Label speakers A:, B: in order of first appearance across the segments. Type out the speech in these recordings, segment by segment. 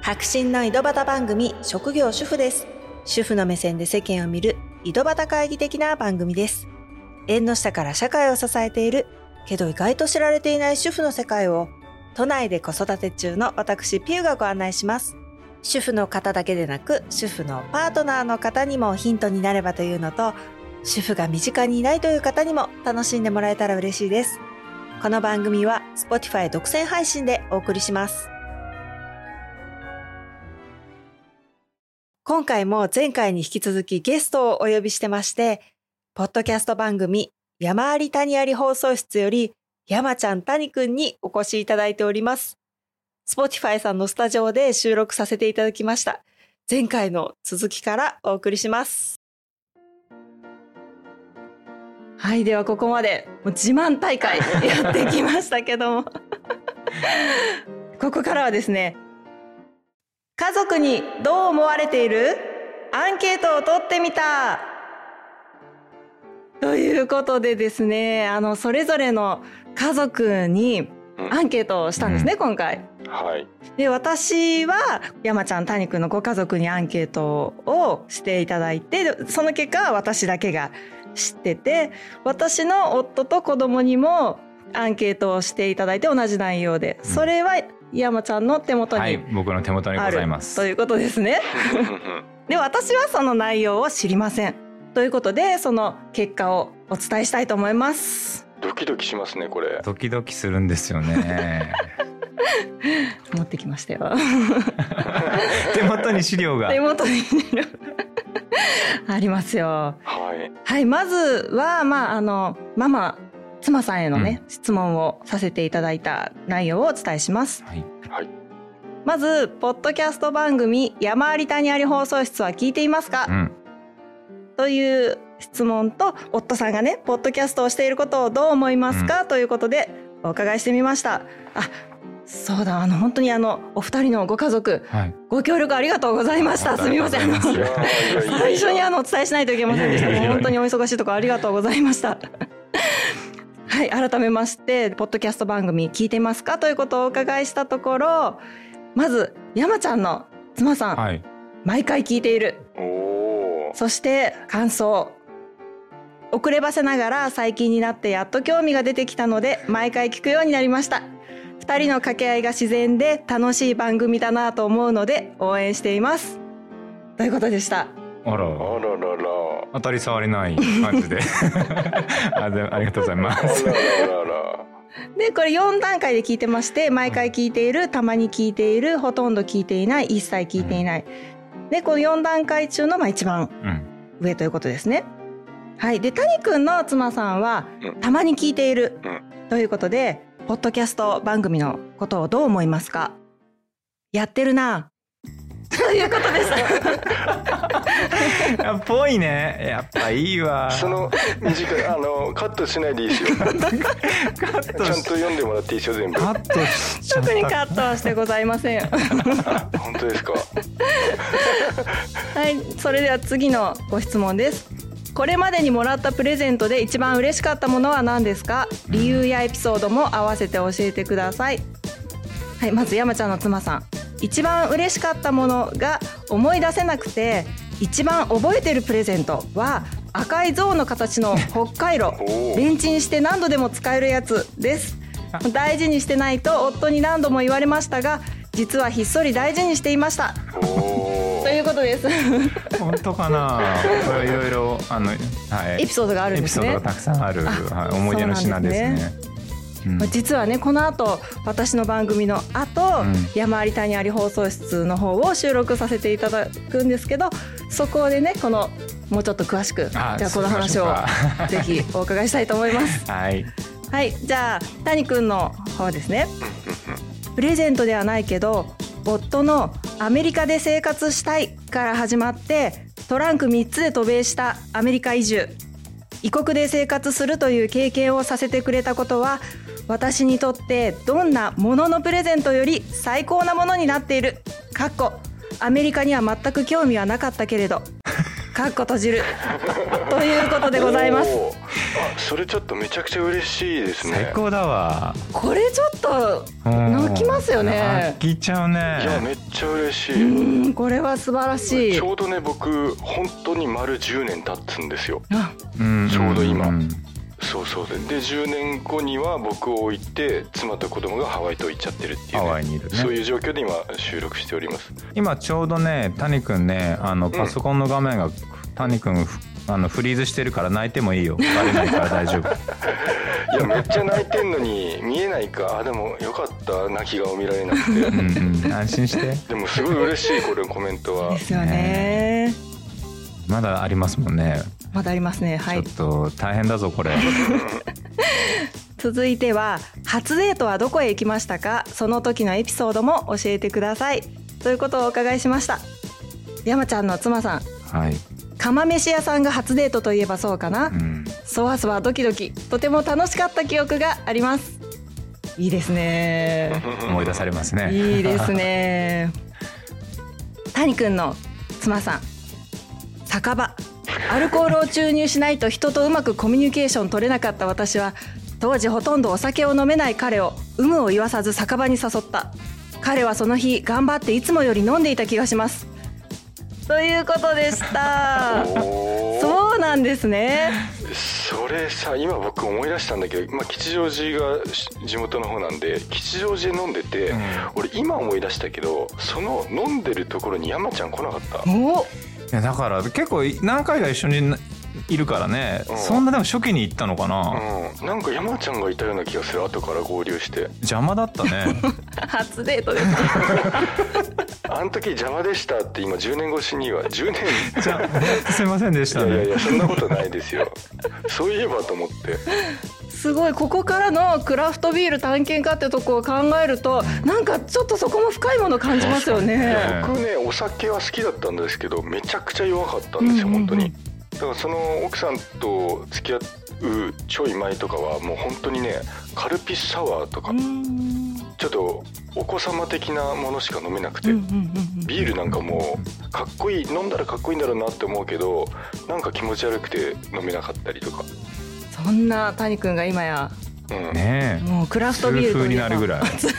A: 白真の井戸端番組、職業主婦です。主婦の目線で世間を見る井戸端会議的な番組です。縁の下から社会を支えているけど意外と知られていない主婦の世界を都内で子育て中の私ピューがご案内します。主婦の方だけでなく主婦のパートナーの方にもヒントになればというのと、主婦が身近にいないという方にも楽しんでもらえたら嬉しいです。この番組は Spotify 独占配信でお送りします。今回も前回に引き続きゲストをお呼びしてまして、ポッドキャスト番組山あり谷あり放送室より山ちゃん谷くんにお越しいただいております。Spotify さんのスタジオで収録させていただきました。前回の続きからお送りします。はい、ではここまでもう自慢大会やってきましたけどもここからはですね、家族にどう思われている？アンケートを取ってみたということでですね、それぞれの家族にアンケートをしたんですね、今回。
B: はい。
A: で、私は山ちゃん、谷くんのご家族にアンケートをしていただいて、その結果は私だけが知ってて、私の夫と子供にもアンケートをしていただいて同じ内容で、それは山ちゃんの手元にある、
C: はい、僕の手元にございます
A: ということですねで、私はその内容を知りませんということで、その結果をお伝えしたいと思います。
B: ドキドキしますね、これ。
C: ドキドキするんですよね
A: 持ってきましたよ
C: 手元に資料が
A: ありますよ。
B: はい、
A: はい、まずはママ妻さんへのね、質問をさせていただいた内容をお伝えします。
C: はい
B: はい、
A: まずポッドキャスト番組山あり谷あり放送室は聞いていますか、という質問と、夫さんがねポッドキャストをしていることをどう思いますか、ということでお伺いしてみました。そうだ、本当にお二人のご家族、ご協力ありがとうございました。すみません、最初にお伝えしないといけませんでした。本当にお忙しいところありがとうございましたはい、改めましてポッドキャスト番組聞いてますかということをお伺いしたところ、まず山ちゃんの妻さん、毎回聞いている。そして感想、遅ればせながら最近になってやっと興味が出てきたので毎回聞くようになりました。2人の掛け合いが自然で楽しい番組だなと思うので応援していますということでした。
C: あら当たり障りない感じでありがとうございます
A: で、これ4段階で聞いてまして、毎回聞いている、たまに聞いている、ほとんど聞いていない、一切聞いていない、でこの4段階中の一番上ということですね。はい。で、谷くんの妻さんはたまに聞いているということで、ポッドキャスト番組のことをどう思いますか？やってるなということでした
C: ぽいね。やっぱいいわ。
B: その短いカットしないでいいですよちゃんと読んでもらっていいですよ、全部。
C: カットしちゃった。
A: 特にカットはしてございません
B: 本当ですか
A: はい、それでは次のご質問です。これまでにもらったプレゼントで一番嬉しかったものは何ですか？理由やエピソードも合わせて教えてください。はい、まず山ちゃんの妻さん、一番嬉しかったものが思い出せなくて一番覚えてるプレゼントは赤い象の形の北海道レンチンして何度でも使えるやつです。大事にしてないと夫に何度も言われましたが、実はひっそり大事にしていましたということです
C: 本当かな。これいろいろ
A: エピソードがあるんですね。
C: エピソードがたくさんある、思い出の品ですね。
A: 実はね、この後私の番組の後、山あり谷あり放送室の方を収録させていただくんですけど、そこでねもうちょっと詳しくじゃあこの話をぜひお伺いしたいと思いますはい、じゃあ谷くんの方ですね。プレゼントではないけど夫のアメリカで生活したいから始まってトランク3つで渡米したアメリカ移住、異国で生活するという経験をさせてくれたことは私にとってどんなもののプレゼントより最高なものになっている。アメリカには全く興味はなかったけれどかっこ閉じるということでございます。
B: あ、それちょっとめちゃくちゃ嬉しいですね。
C: 最高だわ。
A: これちょっと泣きますよね。
C: 泣きちゃうね。
B: いやめっちゃ嬉しい。
A: これは素晴らしい。
B: ちょうどね僕本当に丸10年経つんですよ。
A: あ、
B: ちょうど今。そうそうで10年後には僕を置いて妻と子供がハワイと行っちゃってるっていう、ね、
C: ハワイにいるね。
B: そういう状況で今収録しております。
C: 今ちょうどね谷くんねパソコンの画面が、谷くんフリーズしてるから泣いてもいいよ。バレないから大丈夫。
B: いやめっちゃ泣いてんのに見えないか。あでもよかった泣き顔見られなくて
C: 安心して。
B: でもすごい嬉しいこれコメントは。
A: ですよね。
C: まだありますもんね。
A: まだありますね。はい。
C: ちょっと大変だぞこれ。
A: 続いては初デートはどこへ行きましたか。その時のエピソードも教えてくださいということをお伺いしました。山ちゃんの妻さん、
C: はい、
A: 釜飯屋さんが初デートといえばそうかな、そわそわドキドキとても楽しかった記憶があります。いいですね。
C: 思い出されますね。
A: いいですね。谷くんの妻さん、酒場、アルコールを注入しないと人とうまくコミュニケーション取れなかった私は当時ほとんどお酒を飲めない彼を有無を言わさず酒場に誘った。彼はその日頑張っていつもより飲んでいた気がしますということでした。そうなんですね。
B: それさ今僕思い出したんだけど、吉祥寺が地元の方なんで吉祥寺で飲んでて、俺今思い出したけどその飲んでるところに山ちゃん来なかった？
A: お、
C: いやだから結構何回か一緒にいるからね、そんなでも初期に行ったのかな、
B: なんか山ちゃんがいたような気がする。後から合流して
C: 邪魔だったね。
A: 初デートです
B: あの時邪魔でしたって今10年越しには10年
C: じゃあすいませんでしたね。
B: いやそんなことないですよ。そういえばと思って。
A: すごい、ここからのクラフトビール探検家ってとこを考えるとなんかちょっとそこも深いものを感じますよね。
B: 僕ねお酒は好きだったんですけどめちゃくちゃ弱かったんですよ、本当に。だからその奥さんと付き合うちょい前とかはもう本当にねカルピスサワーとかちょっとお子様的なものしか飲めなくて、ビールなんかもうかっこいい、飲んだらかっこいいんだろうなって思うけどなんか気持ち悪くて飲めなかったりとか。
A: そんな谷くんが今や、
C: ねえ、
A: もうクラフトビールと
C: 痛風になるぐらい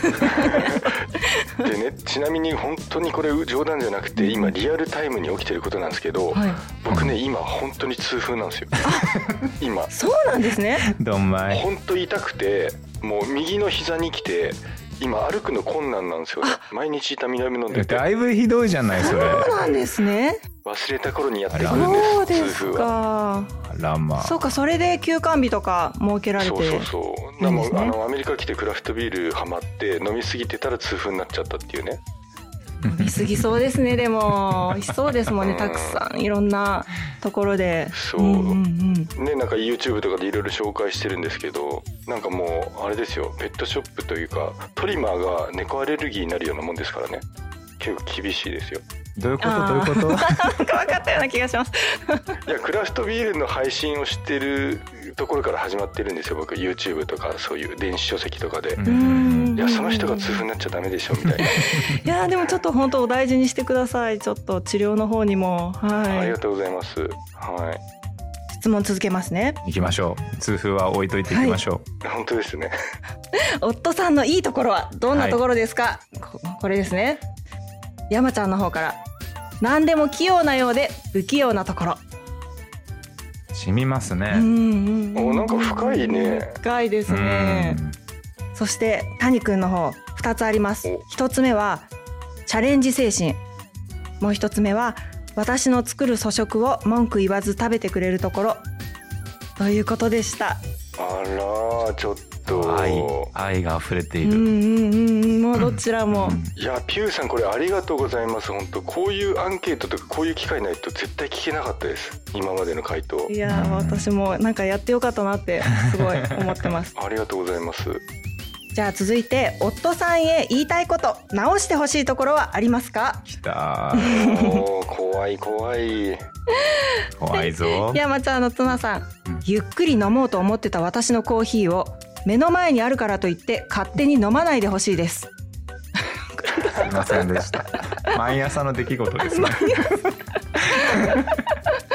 B: でね、ちなみに本当にこれ冗談じゃなくて今リアルタイムに起きてることなんですけど、僕ね今本当に痛風なんですよ。今
A: そうなんですね。
C: どんまい。
B: 本当痛くてもう右の膝に来て今歩くの困難なんですよね。毎日痛み止め飲んでて。
C: だいぶひどいじゃないそれ。
A: そうなんですね。
B: 忘れた頃にやってくるん
A: そう
B: です。
A: ですか。
C: あらまあ。
A: そうか、それで休館日とか設けられて。
B: そうでもアメリカ来てクラフトビールハマって飲みすぎてたら痛風になっちゃったっていうね。
A: 飲みすぎそうですね。でも美味しそうですもんね。たくさんいろんなところで。
B: そう、ね、なんか YouTube とかでいろいろ紹介してるんですけど、なんかもうあれですよ、ペットショップというかトリマーが猫アレルギーになるようなもんですからね。結構厳しいですよ。
C: どういうことどういうこと？
A: なんか分かったような気がします。
B: いやクラフトビールの配信をしてるところから始まってるんですよ。僕 YouTube とかそういう電子書籍とかで。いやその人が痛風になっちゃダメでしょみたいな。い
A: やでもちょっと本当お大事にしてください。ちょっと治療の方にも。はい。
B: ありがとうございます。はい。
A: 質問続けますね。
C: 行きましょう。痛風は置いといていきましょ
B: う。本当ですね。
A: 夫さんのいいところはどんなところですか？これですね。山ちゃんの方から。何でも器用なようで不器用なところ。
C: 染みますね。
B: なんか深いね。
A: 深いですね。そして谷くんの方2つあります。1つ目はチャレンジ精神、もう1つ目は私の作る粗食を文句言わず食べてくれるところということでした。
B: あらちょっと
C: 愛が溢れている。
A: もうどちらも、
B: いやピューさんこれありがとうございます。本当こういうアンケートとかこういう機会ないと絶対聞けなかったです、今までの回答。
A: いや私もなんかやってよかったなってすごい思ってます。
B: ありがとうございます。
A: じゃあ続いて夫さんへ言いたいこと、直してほしいところはありますか？
C: きた
B: 怖い怖
C: いぞ。
A: 山ちゃんの妻さん、ゆっくり飲もうと思ってた私のコーヒーを目の前にあるからといって勝手に飲まないでほしいです。
C: すいませんでした。毎朝の出来事ですね。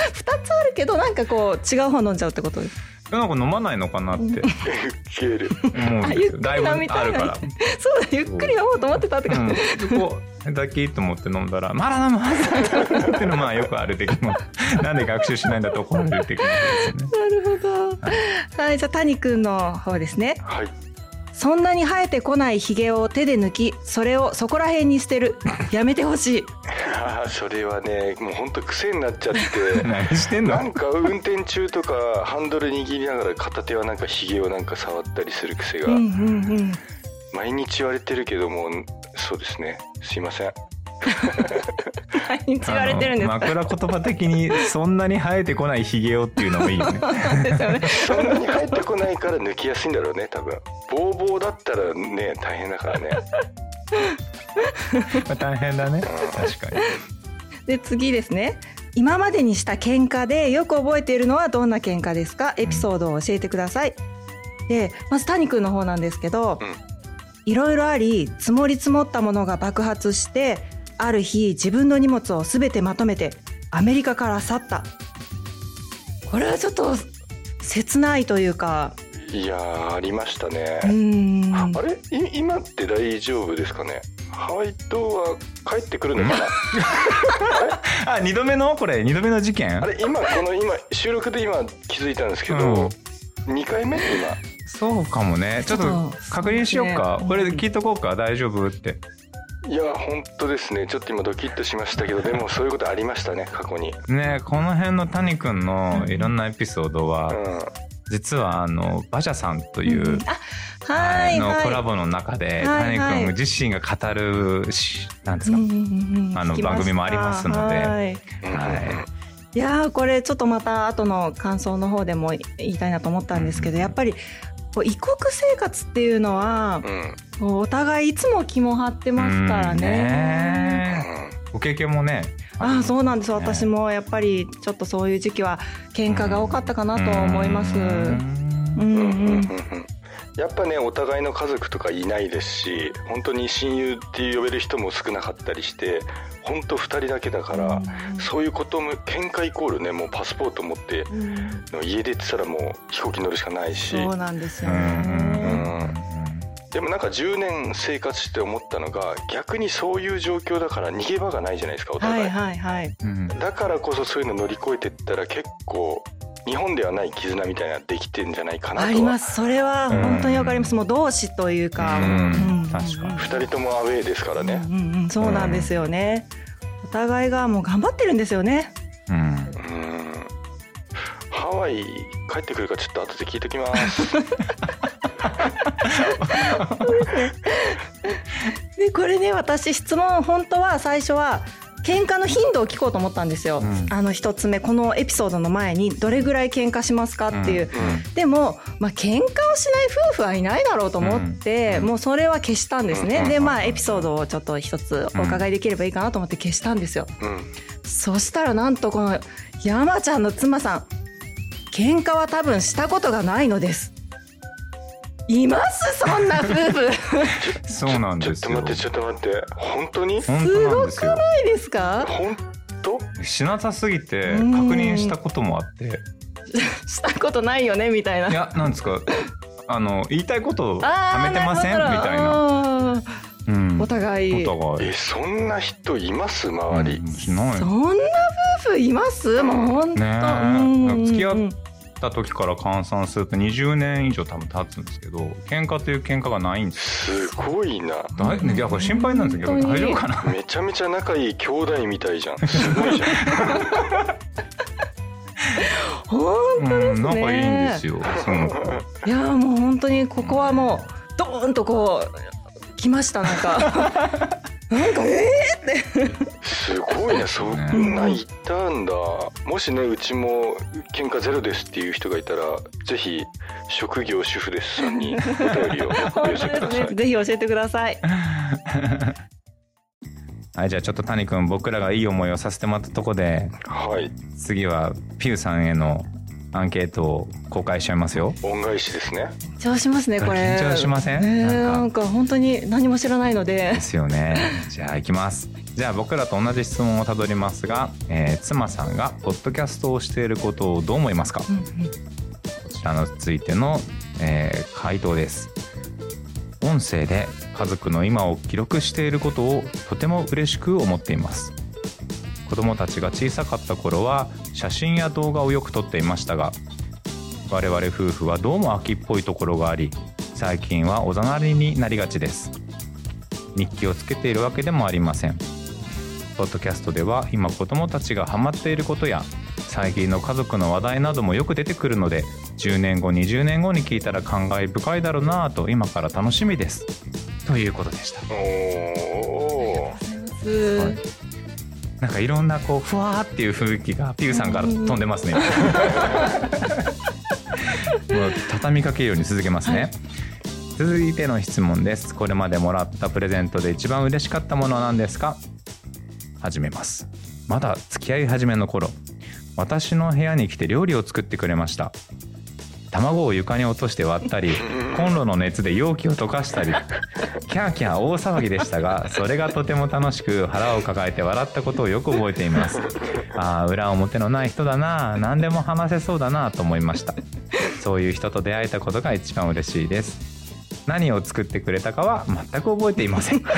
A: るけどなんかこう違う方飲んじゃうってことです。
C: なんか飲まないのかなって思うんですよ。
A: ゆっくり飲みたいな。そうだ、ゆっくり飲もうと思ってたって感じ。
C: こうだけと思って飲んだらまだ飲むはずだっていうのまあよくある出来事。なんで学習しないんだと怒られる出来事ですね。
A: なるほど。はい、じゃあ谷くんの方ですね。
B: はい。
A: そんなに生えてこないひげを手で抜き、それをそこら辺に捨てる。やめてほしい。
B: それはね、もう本当癖になっちゃって
C: 何してんの。
B: なんか運転中とかハンドル握りながら片手はなんかひげをなんか触ったりする癖が、毎日言われてるけども、そうですね、すいません。
A: 毎日言われてるんですか。
C: 枕言葉的にそんなに生えてこないひげをっていうのもいいよね。
A: ですよね。
B: そんなに生えてこないから抜きやすいんだろうね、多分。ボーボーだったらね、大変だからね。
C: 大変だね、確かに。
A: で次ですね。今までにした喧嘩でよく覚えているのはどんな喧嘩ですか。エピソードを教えてください。でまず谷くんの方なんですけど、いろいろあり積もり積もったものが爆発して、ある日自分の荷物をすべてまとめてアメリカから去った。これはちょっと切ないというか。
B: いやー、ありましたね。あれ今って大丈夫ですかね。ハワイ島は帰ってくるのかな。
C: あ、2度目のこれ2度目の事件。
B: あれ今収録で今気づいたんですけど、2回目今。
C: そうかもね。ちょっと確認しようか。これで聞いとこうか。大丈夫って。
B: いや本当ですね。ちょっと今ドキッとしましたけど、でもそういうことありましたね、過去に
C: ね。この辺の谷くんのいろんなエピソードは、実はバジャさんという、コラボの中で、谷くん自身が語るなんですか、番組もありますので、
A: いやこれちょっとまた後の感想の方でも言いたいなと思ったんですけど、やっぱり異国生活っていうのは、お互いいつも気も張ってますからね。
C: ご経験もね。
A: そうなんです。私もやっぱりちょっとそういう時期は喧嘩が多かったかなと思います。
B: やっぱね、お互いの家族とかいないですし、本当に親友って呼べる人も少なかったりして、本当2人だけだから、そういうことも喧嘩イコールね、もうパスポート持って家出てたらもう飛行機乗るしかないし。そうなんですよね。でもなんか10年生活して思ったのが、逆にそういう状況だから逃げ場がないじゃないですか、お互い。だからこそそういうの乗り越えていったら結構日本ではない絆みたいなできてんじゃないかなとは。あります。それは本当にわかります。もう同志というか、確かに2人ともアウェーですからね。そうなんですよね。お互いがもう頑張ってるんですよね。ハワイ帰ってくるかちょっと後で聞いてきます。でこれね、私質問本当は最初は喧嘩の頻度を聞こうと思ったんですよ。一つ目、このエピソードの前にどれぐらい喧嘩しますかっていう。でも喧嘩をしない夫婦はいないだろうと思って、もうそれは消したんですね。でエピソードをちょっと一つお伺いできればいいかなと思って消したんですよ。そしたらなんとこの山ちゃんの妻さん、喧嘩は多分したことがないのです。います、そんな夫婦。そうなんですよ。ちょっと待って、本当にすごくないですか。本当
C: しなさすぎて確認したこともあって、
A: したことないよねみたいな。いや、
C: なんですか、言いたいことをはめてませんみたいな。
A: お互い。
B: そんな人います、周り。
C: そんな
A: 夫婦います。もう本当。
C: 付き合った時から換算すると20年以上多分経つんですけど、喧嘩という喧嘩がないんです。
B: すごいな。い
C: や、これ心配なんですけど、大丈夫かな。
B: めちゃめちゃ仲いい兄弟みたいじゃん。すごいじゃん。
A: 本当ですね。
C: 仲いいんですよ。
A: いや、もう本当にここはもうドーンとこう来ました。なんかって
B: すごいね。そんないたんだ。もしね、うちも喧嘩ゼロですっていう人がいたら、ぜひ職業主婦ですさんにお便りをお寄せください。ぜひ教えてください。
C: はい、じゃあちょっと谷くん、僕らがいい思いをさせてもらったとこで、次はピューさんへのアンケートを公開しちゃいますよ。
B: 恩返しですね。
A: 緊張しますね、これ。
C: 緊張しません？
A: なんか本当に何も知らないので。
C: ですよね。じゃあ行きます。 じゃあ僕らと同じ質問をたどりますが、妻さんがポッドキャストをしていることをどう思いますか？こちらについての、回答です。音声で家族の今を記録していることをとても嬉しく思っています。子供たちが小さかった頃は写真や動画をよく撮っていましたが、我々夫婦はどうも秋っぽいところがあり、最近はおざなりになりがちです。日記をつけているわけでもありません。ポッドキャストでは今子供たちがハマっていることや最近の家族の話題などもよく出てくるので、10年後20年後に聞いたら感慨深いだろうなと今から楽しみですということでした。
A: おー、
C: なんかいろんなこうふわーっていう雰囲気がピューさんから飛んでますね。もう畳みかけるように続けますね、はい。続いての質問です。これまでもらったプレゼントで一番嬉しかったものは何ですか？始めます。まだ付き合い始めの頃、私の部屋に来て料理を作ってくれました。卵を床に落として割ったり、コンロの熱で容器を溶かしたり、キャーキャー大騒ぎでしたが、それがとても楽しく腹を抱えて笑ったことをよく覚えています。ああ、裏表のない人だな、何でも話せそうだなと思いました。そういう人と出会えたことが一番嬉しいです。何を作ってくれたかは全く覚えていません。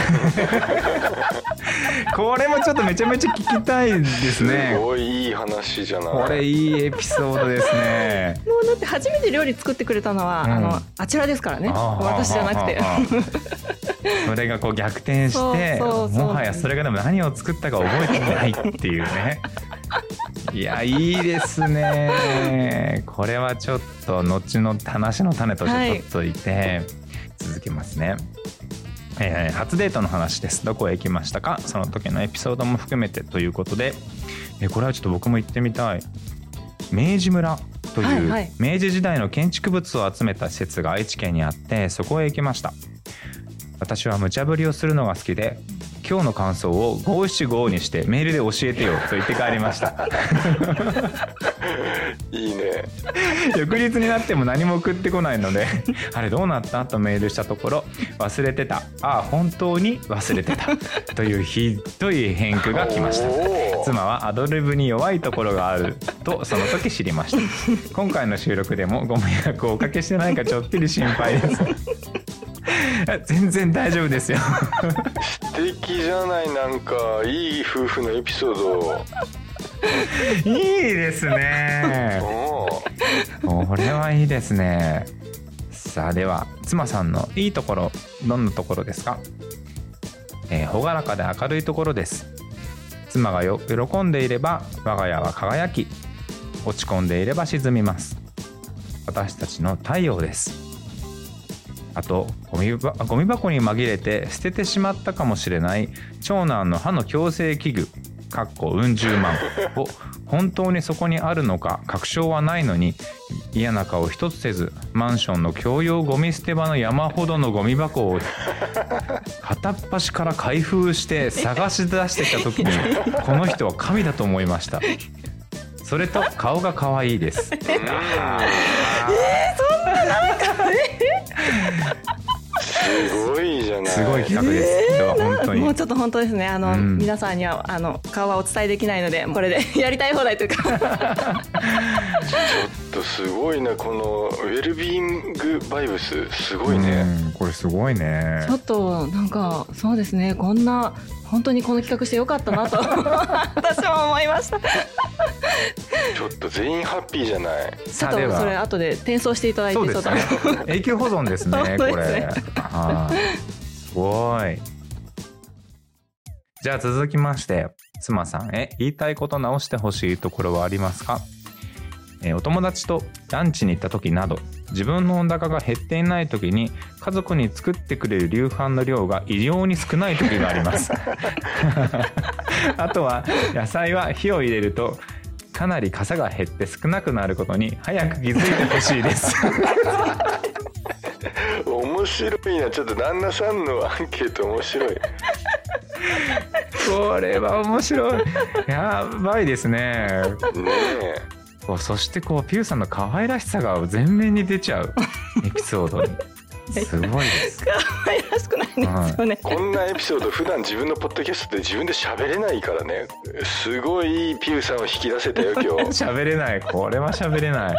C: これもちょっとめちゃめちゃ聞きたいですね。
B: すごいいい話じゃない。
C: これいいエピソードですね。
A: もうだって初めて料理作ってくれたのは、あちらですからね。私じゃなくて。
C: それがこう逆転してもはやそれがでも何を作ったか覚えてないっていうね。いや、いいですね。これはちょっと後の話の種として取っといて、続けますね。初デートの話です。どこへ行きましたか？その時のエピソードも含めてということで、これはちょっと僕も行ってみたい。明治村という明治時代の建築物を集めた施設が愛知県にあって、そこへ行きました。私は無茶ぶりをするのが好きで、今日の感想を五七五にしてメールで教えてよと言って帰りました。
B: いいね。
C: 翌日になっても何も送ってこないので、あれどうなったとメールしたところ、忘れてた、ああ本当に忘れてたというひどい返句が来ました。妻はアドリブに弱いところがあるとその時知りました。今回の収録でもご迷惑をおかけしてないかちょっぴり心配です。全然大丈夫ですよ。
B: 素敵じゃない。なんかいい夫婦のエピソード。
C: いいですね。これはいいですね。さあでは妻さんのいいところ、どんなところですか？朗らかで明るいところです。妻が喜んでいれば我が家は輝き、落ち込んでいれば沈みます。私たちの太陽です。あとゴミ箱に紛れて捨ててしまったかもしれない長男の歯の矯正器具うん十万を本当にそこにあるのか確証はないのに、嫌な顔一つせずマンションの共用ゴミ捨て場の山ほどのゴミ箱を片っ端から開封して探し出してきた時に、この人は神だと思いました。それと顔が可愛いです。そんな
A: なんか
B: すごいじゃない。
C: すごい企画です。本当に
A: もうちょっと本当ですね。皆さんには顔はお伝えできないので、これでやりたい放題というか。ちょっ
B: とすごいな、このウェルビーイングバイブスすごいね。
C: これすごいね。
A: ちょっとなんかそうですね。こんな本当にこの企画してよかったなと私も思いました。
B: ちょっと全員ハッピーじゃない。
A: ちょっとそれ後で転送していただいて。
C: そうですね。永久保存ですね。これ。すごい。じゃあ続きまして、妻さんへ言いたいこと直してほしいところはありますか？お友達とランチに行った時など、自分のお腹が減っていない時に家族に作ってくれる夕飯の量が異様に少ない時があります。あとは野菜は火を入れるとかなり傘が減って少なくなることに早く気づいてほしいです。
B: 面白いな。ちょっと旦那さんのアンケート面白い。
C: これは面白い。やばいですね。
B: ねえ。
C: そしてピューさんの可愛らしさが前面に出ちゃうエピソードに。 すごいです。
A: 可愛らしくないですよね、
B: こんなエピソード普段自分のポッドキャストで自分で喋れないからね。すごいピューさんを引き出せたよ今日。
C: 喋れない、これは喋れない。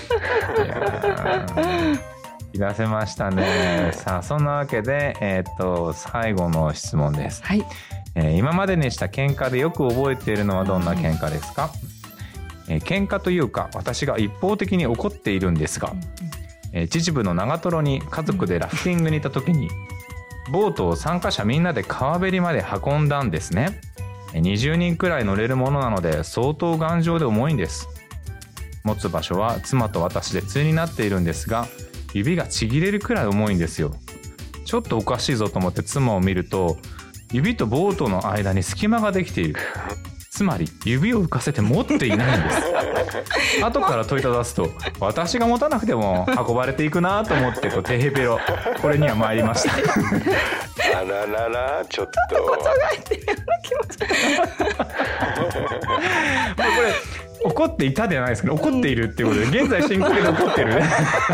C: 引き出せましたね。さあそんなわけで、最後の質問です。
A: はい。
C: 今までにした喧嘩でよく覚えているのはどんな喧嘩ですか？喧嘩というか私が一方的に怒っているんですが、秩父の長瀞に家族でラフティングに行った時にボートを参加者みんなで川べりまで運んだんですね。20人くらい乗れるものなので相当頑丈で重いんです。持つ場所は妻と私で対になっているんですが指がちぎれるくらい重いんですよ。ちょっとおかしいぞと思って妻を見ると指とボートの間に隙間ができている。つまり指を浮かせて持っていないんです。後から問いただすと私が持たなくても運ばれていくなと思ってテヘペロこれには参りました。
B: あらららちょっと
A: こちょがいてる気持ち。
C: これ怒っていたではないですけど怒っているっていうことで現在進行で怒ってる。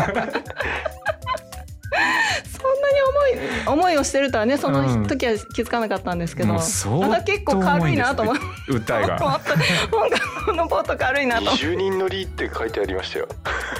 A: 思いをしてるとはねその時は気づかなかったんですけど、結構軽いなと思って。
C: 訴えが
A: このボート軽いなと思って。
B: 20人乗りって書いてありましたよ。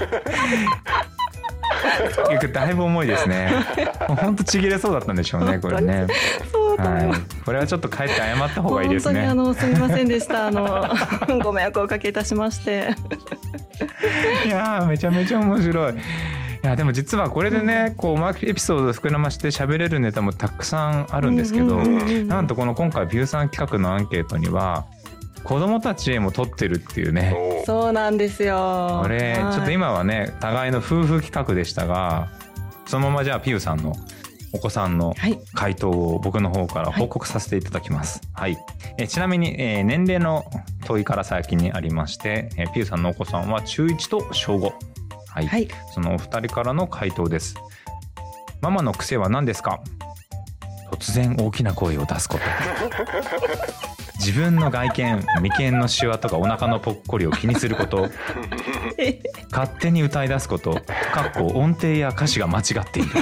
C: だいぶ重いですね。本当ちぎれそうだったんでしょうねこれね。はい、これはちょっと帰って謝った方がいいですね。
A: 本当にすみませんでした。ご迷惑をおかけいたしまして。
C: いやめちゃめちゃ面白い。いやでも実はこれでねこうマークエピソードを膨らまして喋れるネタもたくさんあるんですけど、なんとこの今回ビューさん企画のアンケートには子供たちへも撮ってるっていうね。
A: そうなんですよ。
C: これちょっと今はね互いの夫婦企画でしたがそのままじゃあピューさんのお子さんの回答を僕の方から報告させていただきます。はい、ちなみに、年齢の問いから先にありまして、ピューさんのお子さんは中1と小5。はいはい、そのお二人からの回答です。ママの癖は何ですか？突然大きな声を出すこと。自分の外見眉間のシワとかお腹のぽっこりを気にすること。勝手に歌い出すこと音程や歌詞が間違っている。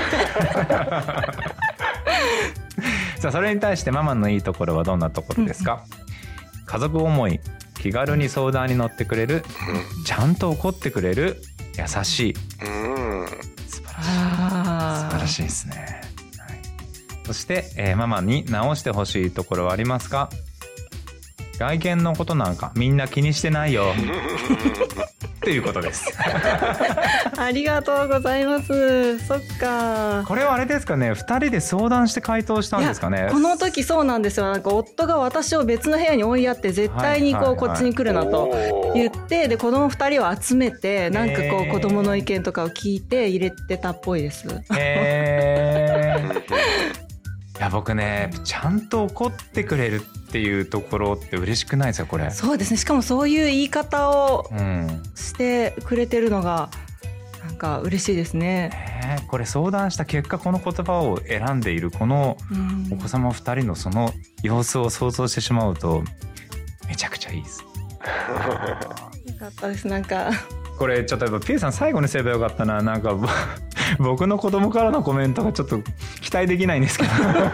C: さあそれに対してママのいいところはどんなところですか？家族思い、気軽に相談に乗ってくれる、ちゃんと怒ってくれる、優しい。素晴らしいですね。はい、そして、ママに直してほしいところはありますか？外見のことなんかみんな気にしてないよ。ということです。
A: ありがとうございます。そっか。
C: これはあれですかね、2人で相談して回答したんですかね。
A: この時そうなんですよ。なんか夫が私を別の部屋に追いやって絶対にこっちに来るなと言って、で子供2人を集めてなんか子供の意見とかを聞いて入れてたっぽいです。
C: いや僕ねちゃんと怒ってくれるっていうところって嬉しくないですかこれ。
A: そうですね。しかもそういう言い方をしてくれてるのがなんか嬉しいですね。
C: これ相談した結果この言葉を選んでいるこのお子様2人のその様子を想像してしまうとめちゃくちゃいいです。よ
A: かったです。なんか
C: これちょっとやっぱピューさん最後にすればよかったな。なんか僕の子供からのコメントがちょっと期待できないんですけど。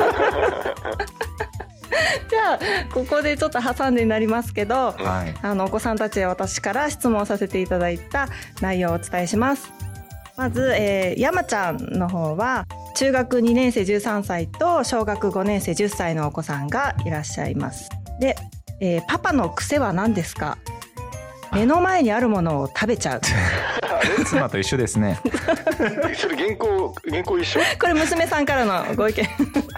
A: じゃあここでちょっと挟んでになりますけど、はい、お子さんたちへ私から質問させていただいた内容をお伝えします。まず、山ちゃんの方は中学2年生13歳と小学5年生10歳のお子さんがいらっしゃいます。で、パパの癖は何ですか？目の前にあるものを食べちゃう。
C: 妻と一緒ですね。
B: それ原稿一緒？
A: これ娘さんからのご意見。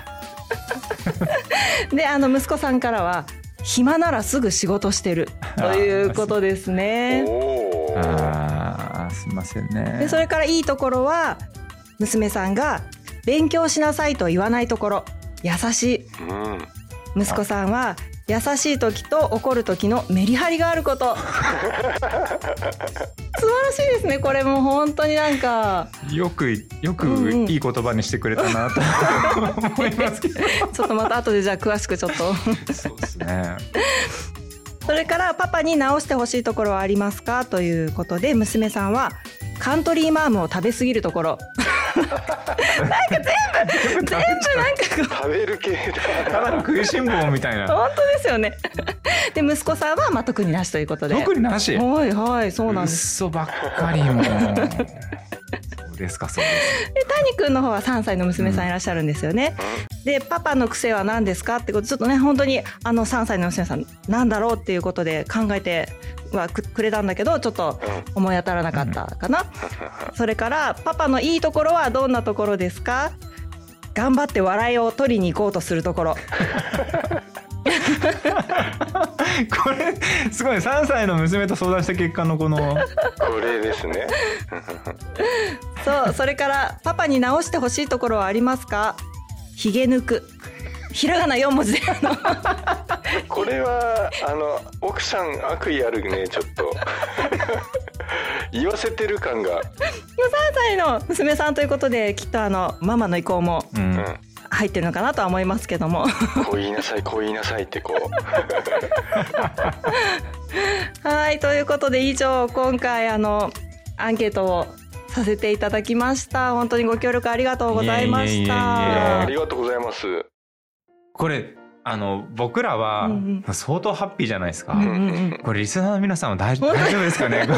A: で息子さんからは暇ならすぐ仕事してるということですね。
C: すいませんね。
A: でそれからいいところは娘さんが勉強しなさいと言わないところ優しい。息子さんは優しい時と怒る時のメリハリがあること。素晴らしいですね。これも本当になんか
C: よくいい言葉にしてくれたなと思いますけど。
A: ちょっとまた後でじゃあ詳しくちょっと。
C: そうですね。
A: それからパパに直してほしいところはありますかということで娘さんはカントリーマームを食べ過ぎるところ。 なんか全部なんかこう
B: 食べる系だ。
C: ただの食いしん坊みたいな。
A: 本当ですよね。で息子さんは特になしということで。
C: 特になし。
A: はいはい、そうなんです。
C: 嘘ばっかりも。そうですか、そうです。
A: で谷くんの方は3歳の娘さんいらっしゃるんですよね。でパパの癖は何ですかってこと、ちょっとね本当に3歳の娘さんなんだろうっていうことで考えてはくれたんだけど、ちょっと思い当たらなかったかな。それからパパのいいところはどんなところですか？頑張って笑いを取りに行こうとするところ。
C: これすごい、3歳の娘と相談した結果のこの
B: これですね。
A: そう、それからパパに直してほしいところはありますか？ひげ抜く。ひらがな4文字で。
B: これは奥さん悪意あるね、ちょっと。言わせてる感が。3
A: 歳の娘さんということで、きっとママの意向も入ってるのかなとは思いますけども。
B: こう言いなさい、こう言いなさいってこう。
A: はい、ということで以上今回アンケートをさせていただきました。本当にご協力ありがとうございました。
B: ありがとうございます。
C: これ僕らは相当ハッピーじゃないですか。これリスナーの皆さんは大丈夫ですかね。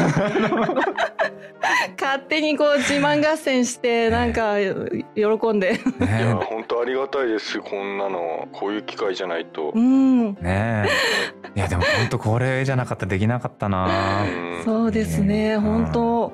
A: 勝手にこう自慢合戦してなんか喜んで。
B: いや本当ありがたいです。こんなのこういう機会じゃないと。
C: ねえ。いやでも本当これじゃなかったらできなかったな。
A: そうですね。本当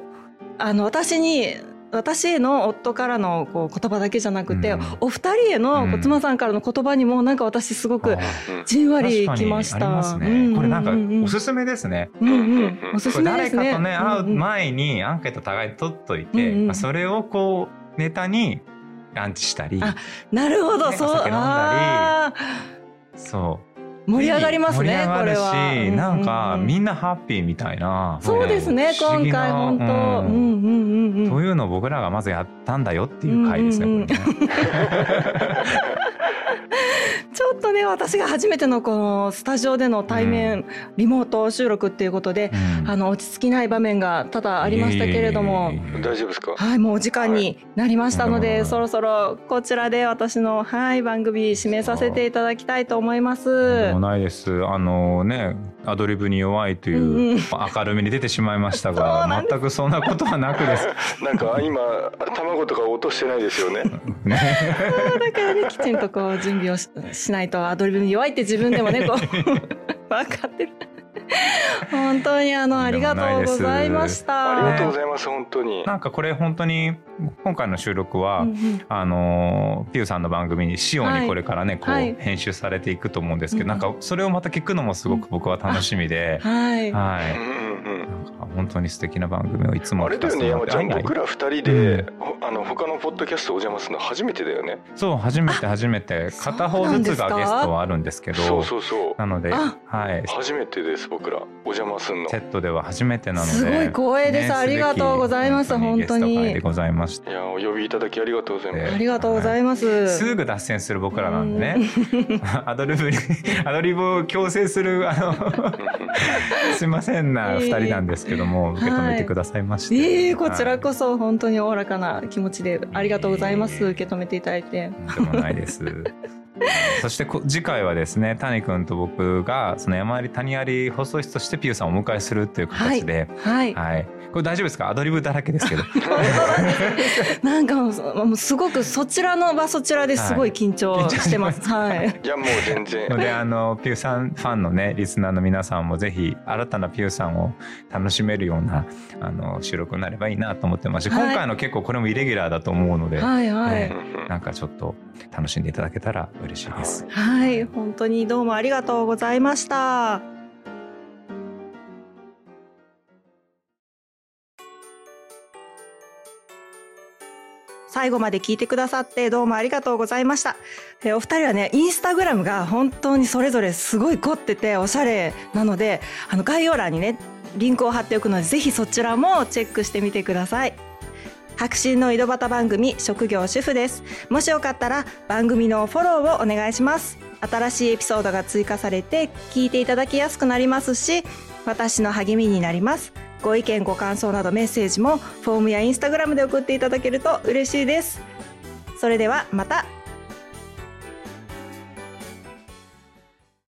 A: 私への夫からのこう言葉だけじゃなくて、お二人への妻さんからの言葉にもなんか私すごくじんわりきました。
C: これなんかおすすめですね。
A: おすすめですね。
C: 誰かとね会う前にアンケート互いに取っといて、それをこうネタにランチしたり、
A: なるほど、そう、
C: お酒飲んだり、そう
A: 盛り上がりますね。
C: 盛り上がるし、
A: これは
C: なんかみんなハッピーみたいな。
A: そうですね。今回本当、
C: そういうのを僕らがまずやったんだよっていう回ですね。
A: ちょっとね、私が初めてのこのスタジオでの対面リモート収録っていうことで、落ち着きない場面が多々ありましたけれども、
B: 大丈夫ですか？
A: はい、もうお時間になりましたので、そろそろこちらで私の番組締めさせていただきたいと思います。
C: もうないです。ね、アドリブに弱いという明るみに出てしまいましたが、全くそんなことはなくです。
B: なんか今卵とか落としてないですよね。
A: だからね、きちんとこう準備を しないとアドリブに弱いって自分でもねこう分かってる。本当にありがとうございました。
B: ありがとうございます。本当に
C: なんかこれ本当に今回の収録は、ピューさんの番組に仕様にこれからね、こう編集されていくと思うんですけど、なんかそれをまた聞くのもすごく僕は楽しみで、なんか本当に素敵な番組をいつも
B: あれだよね、山ちゃん、僕ら2人で他のポッドキャストお邪魔するの初めてだよね。
C: そう、初めて片方ずつがゲストはあるんですけど、
B: そうなので、
C: 初
B: めてです。僕らお邪魔するの
C: セットでは初めてなので、
A: すごい光栄です。ありがとうございます。本当に
C: でございました。
B: いや、お呼びいただきありがとうございます。
A: ありがとうございます。
C: すぐ脱線する僕らなんでね、アドリブを強制するすいませんな2人なんですけども、受け止めてくださいまして、
A: こちらこそ本当におおらかな気持ちでありがとうございます。受け止めていただいて。
C: とんでもないです。そして次回はですね、谷君と僕がその山あり谷あり放送室としてピューさんをお迎えするという形で、これ大丈夫ですか？アドリブだらけですけど。なんかもうすごくそちらの場そちらですごい緊張してます。い
B: やもう全然。
C: でピューさんファンのねリスナーの皆さんもぜひ新たなピューさんを楽しめるような収録になればいいなと思ってますし、今回の結構これもイレギュラーだと思うので、なんかちょっと楽しんでいただけたら嬉しいです。
A: 本当にどうもありがとうございました。最後まで聞いてくださってどうもありがとうございました。お二人はね、インスタグラムが本当にそれぞれすごい凝ってておしゃれなので、概要欄にねリンクを貼っておくので、ぜひそちらもチェックしてみてください。白真の井戸端番組、職業主婦です。もしよかったら番組のフォローをお願いします。新しいエピソードが追加されて聞いていただきやすくなりますし、私の励みになります。 ご意見ご感想などメッセージもフォームやインスタグラムで送っていただけると嬉しいです。それではまた